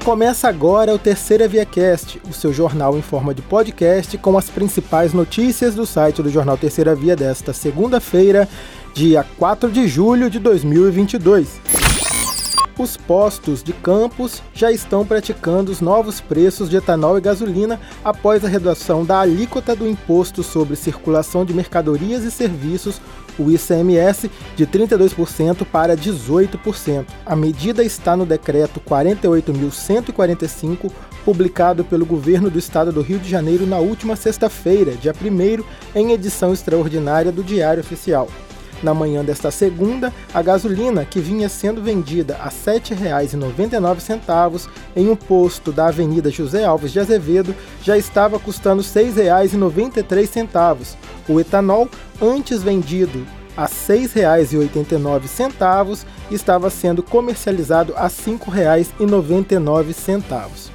Começa agora o Terceira Via Cast, o seu jornal em forma de podcast com as principais notícias do site do jornal Terceira Via desta segunda-feira, dia 4 de julho de 2022. Os postos de Campos já estão praticando os novos preços de etanol e gasolina após a redução da alíquota do Imposto sobre Circulação de Mercadorias e Serviços, o ICMS, de 32% para 18%. A medida está no Decreto 48.145, publicado pelo Governo do Estado do Rio de Janeiro na última sexta-feira, dia 1º, em edição extraordinária do Diário Oficial. Na manhã desta segunda, a gasolina, que vinha sendo vendida a R$ 7,99 em um posto da Avenida José Alves de Azevedo, já estava custando R$ 6,93. O etanol, antes vendido a R$ 6,89, estava sendo comercializado a R$ 5,99.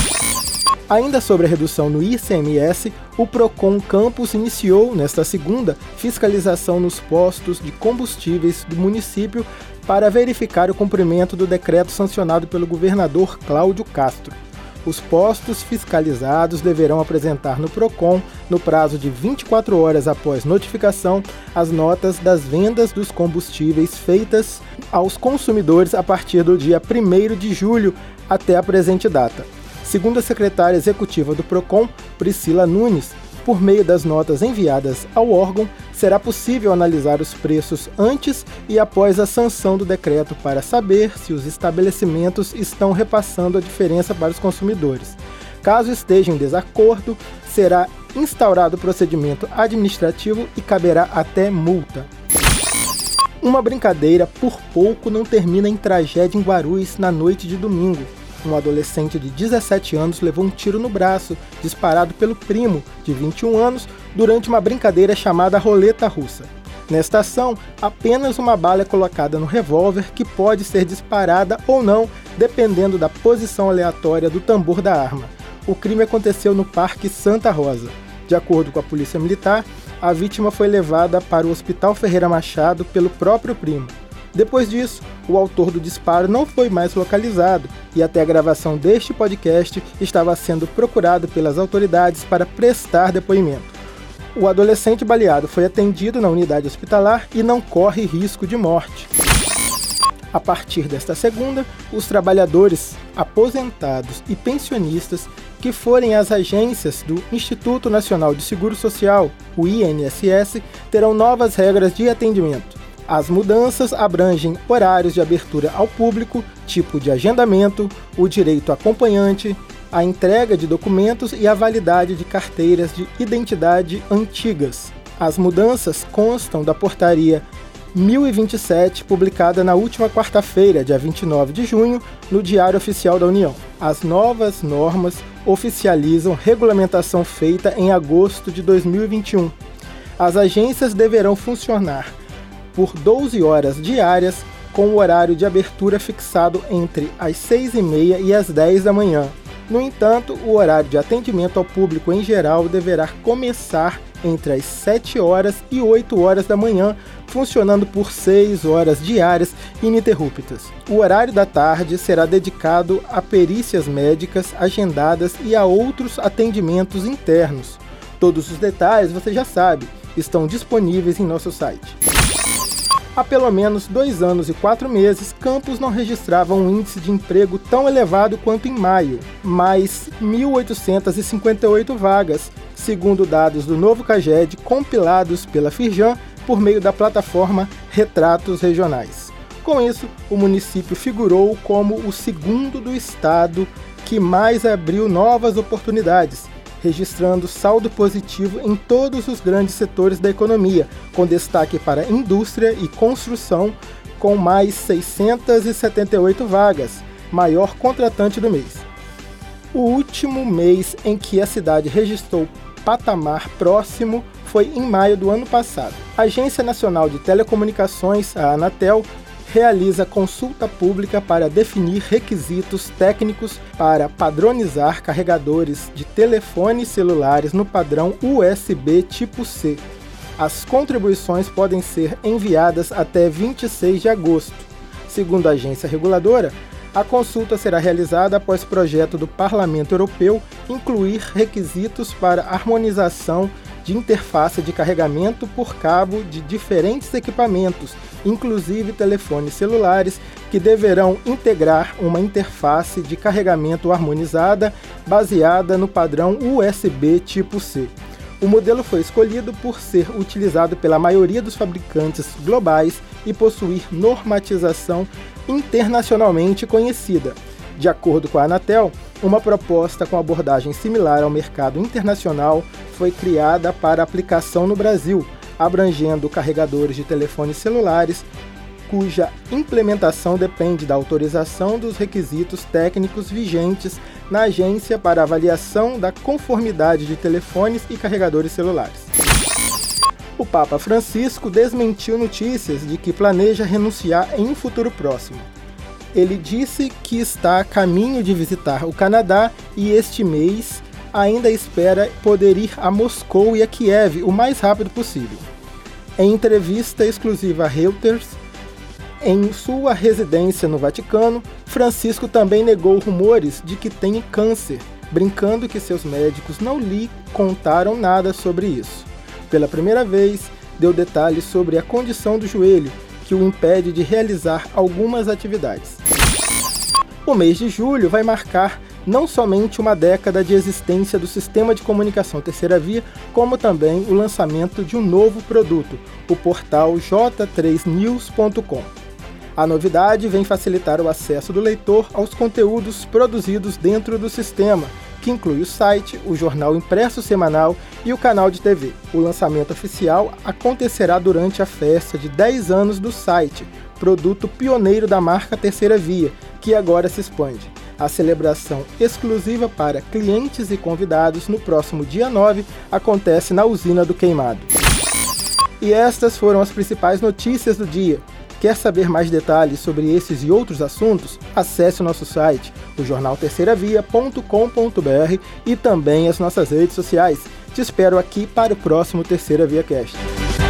Ainda sobre a redução no ICMS, o Procon Campos iniciou, nesta segunda, fiscalização nos postos de combustíveis do município para verificar o cumprimento do decreto sancionado pelo governador Cláudio Castro. Os postos fiscalizados deverão apresentar no Procon, no prazo de 24 horas após notificação, as notas das vendas dos combustíveis feitas aos consumidores a partir do dia 1º de julho até a presente data. Segundo a secretária executiva do Procon, Priscila Nunes, por meio das notas enviadas ao órgão, será possível analisar os preços antes e após a sanção do decreto para saber se os estabelecimentos estão repassando a diferença para os consumidores. Caso esteja em desacordo, será instaurado o procedimento administrativo e caberá até multa. Uma brincadeira por pouco não termina em tragédia em Guarulhos na noite de domingo. Um adolescente de 17 anos levou um tiro no braço, disparado pelo primo, de 21 anos, durante uma brincadeira chamada roleta russa. Nesta ação, apenas uma bala é colocada no revólver que pode ser disparada ou não, dependendo da posição aleatória do tambor da arma. O crime aconteceu no Parque Santa Rosa. De acordo com a Polícia Militar, a vítima foi levada para o Hospital Ferreira Machado pelo próprio primo. Depois disso, o autor do disparo não foi mais localizado e até a gravação deste podcast estava sendo procurado pelas autoridades para prestar depoimento. O adolescente baleado foi atendido na unidade hospitalar e não corre risco de morte. A partir desta segunda, os trabalhadores aposentados e pensionistas que forem às agências do Instituto Nacional de Seguro Social, o INSS, terão novas regras de atendimento. As mudanças abrangem horários de abertura ao público, tipo de agendamento, o direito acompanhante, a entrega de documentos e a validade de carteiras de identidade antigas. As mudanças constam da Portaria 1027, publicada na última quarta-feira, dia 29 de junho, no Diário Oficial da União. As novas normas oficializam regulamentação feita em agosto de 2021. As agências deverão funcionar por 12 horas diárias, com o horário de abertura fixado entre as 6h30 e as 10 da manhã. No entanto, o horário de atendimento ao público em geral deverá começar entre as 7 horas e 8 horas da manhã, funcionando por 6 horas diárias ininterruptas. O horário da tarde será dedicado a perícias médicas agendadas e a outros atendimentos internos. Todos os detalhes, você já sabe, estão disponíveis em nosso site. Há pelo menos 2 anos e 4 meses, Campos não registrava um índice de emprego tão elevado quanto em maio, mais 1.858 vagas, segundo dados do Novo CAGED compilados pela Firjan por meio da plataforma Retratos Regionais. Com isso, o município figurou como o segundo do estado que mais abriu novas oportunidades, registrando saldo positivo em todos os grandes setores da economia, com destaque para indústria e construção, com mais 678 vagas, maior contratante do mês. O último mês em que a cidade registrou patamar próximo foi em maio do ano passado. A Agência Nacional de Telecomunicações, a Anatel, realiza consulta pública para definir requisitos técnicos para padronizar carregadores de telefones celulares no padrão USB tipo C. As contribuições podem ser enviadas até 26 de agosto. Segundo a agência reguladora, A consulta será realizada após o projeto do Parlamento Europeu incluir requisitos para harmonização de interface de carregamento por cabo de diferentes equipamentos, inclusive telefones celulares, que deverão integrar uma interface de carregamento harmonizada baseada no padrão USB tipo C. O modelo foi escolhido por ser utilizado pela maioria dos fabricantes globais e possuir normatização internacionalmente conhecida. De acordo com a Anatel, uma proposta com abordagem similar ao mercado internacional foi criada para aplicação no Brasil, abrangendo carregadores de telefones celulares, cuja implementação depende da autorização dos requisitos técnicos vigentes na Agência para Avaliação da Conformidade de Telefones e Carregadores Celulares. O Papa Francisco desmentiu notícias de que planeja renunciar em um futuro próximo. Ele disse que está a caminho de visitar o Canadá e este mês ainda espera poder ir a Moscou e a Kiev o mais rápido possível. Em entrevista exclusiva a Reuters, em sua residência no Vaticano, Francisco também negou rumores de que tem câncer, brincando que seus médicos não lhe contaram nada sobre isso. Pela primeira vez, deu detalhes sobre a condição do joelho, que o impede de realizar algumas atividades. O mês de julho vai marcar não somente uma década de existência do sistema de comunicação terceira via, como também o lançamento de um novo produto, o portal j3news.com. A novidade vem facilitar o acesso do leitor aos conteúdos produzidos dentro do sistema, que inclui o site, o jornal impresso semanal e o canal de TV. O lançamento oficial acontecerá durante a festa de 10 anos do site, produto pioneiro da marca Terceira Via, que agora se expande. A celebração exclusiva para clientes e convidados no próximo dia 9 acontece na Usina do Queimado. E estas foram as principais notícias do dia. Quer saber mais detalhes sobre esses e outros assuntos? Acesse o nosso site, o jornalterceiravia.com.br e também as nossas redes sociais. Te espero aqui para o próximo Terceira Via Cast.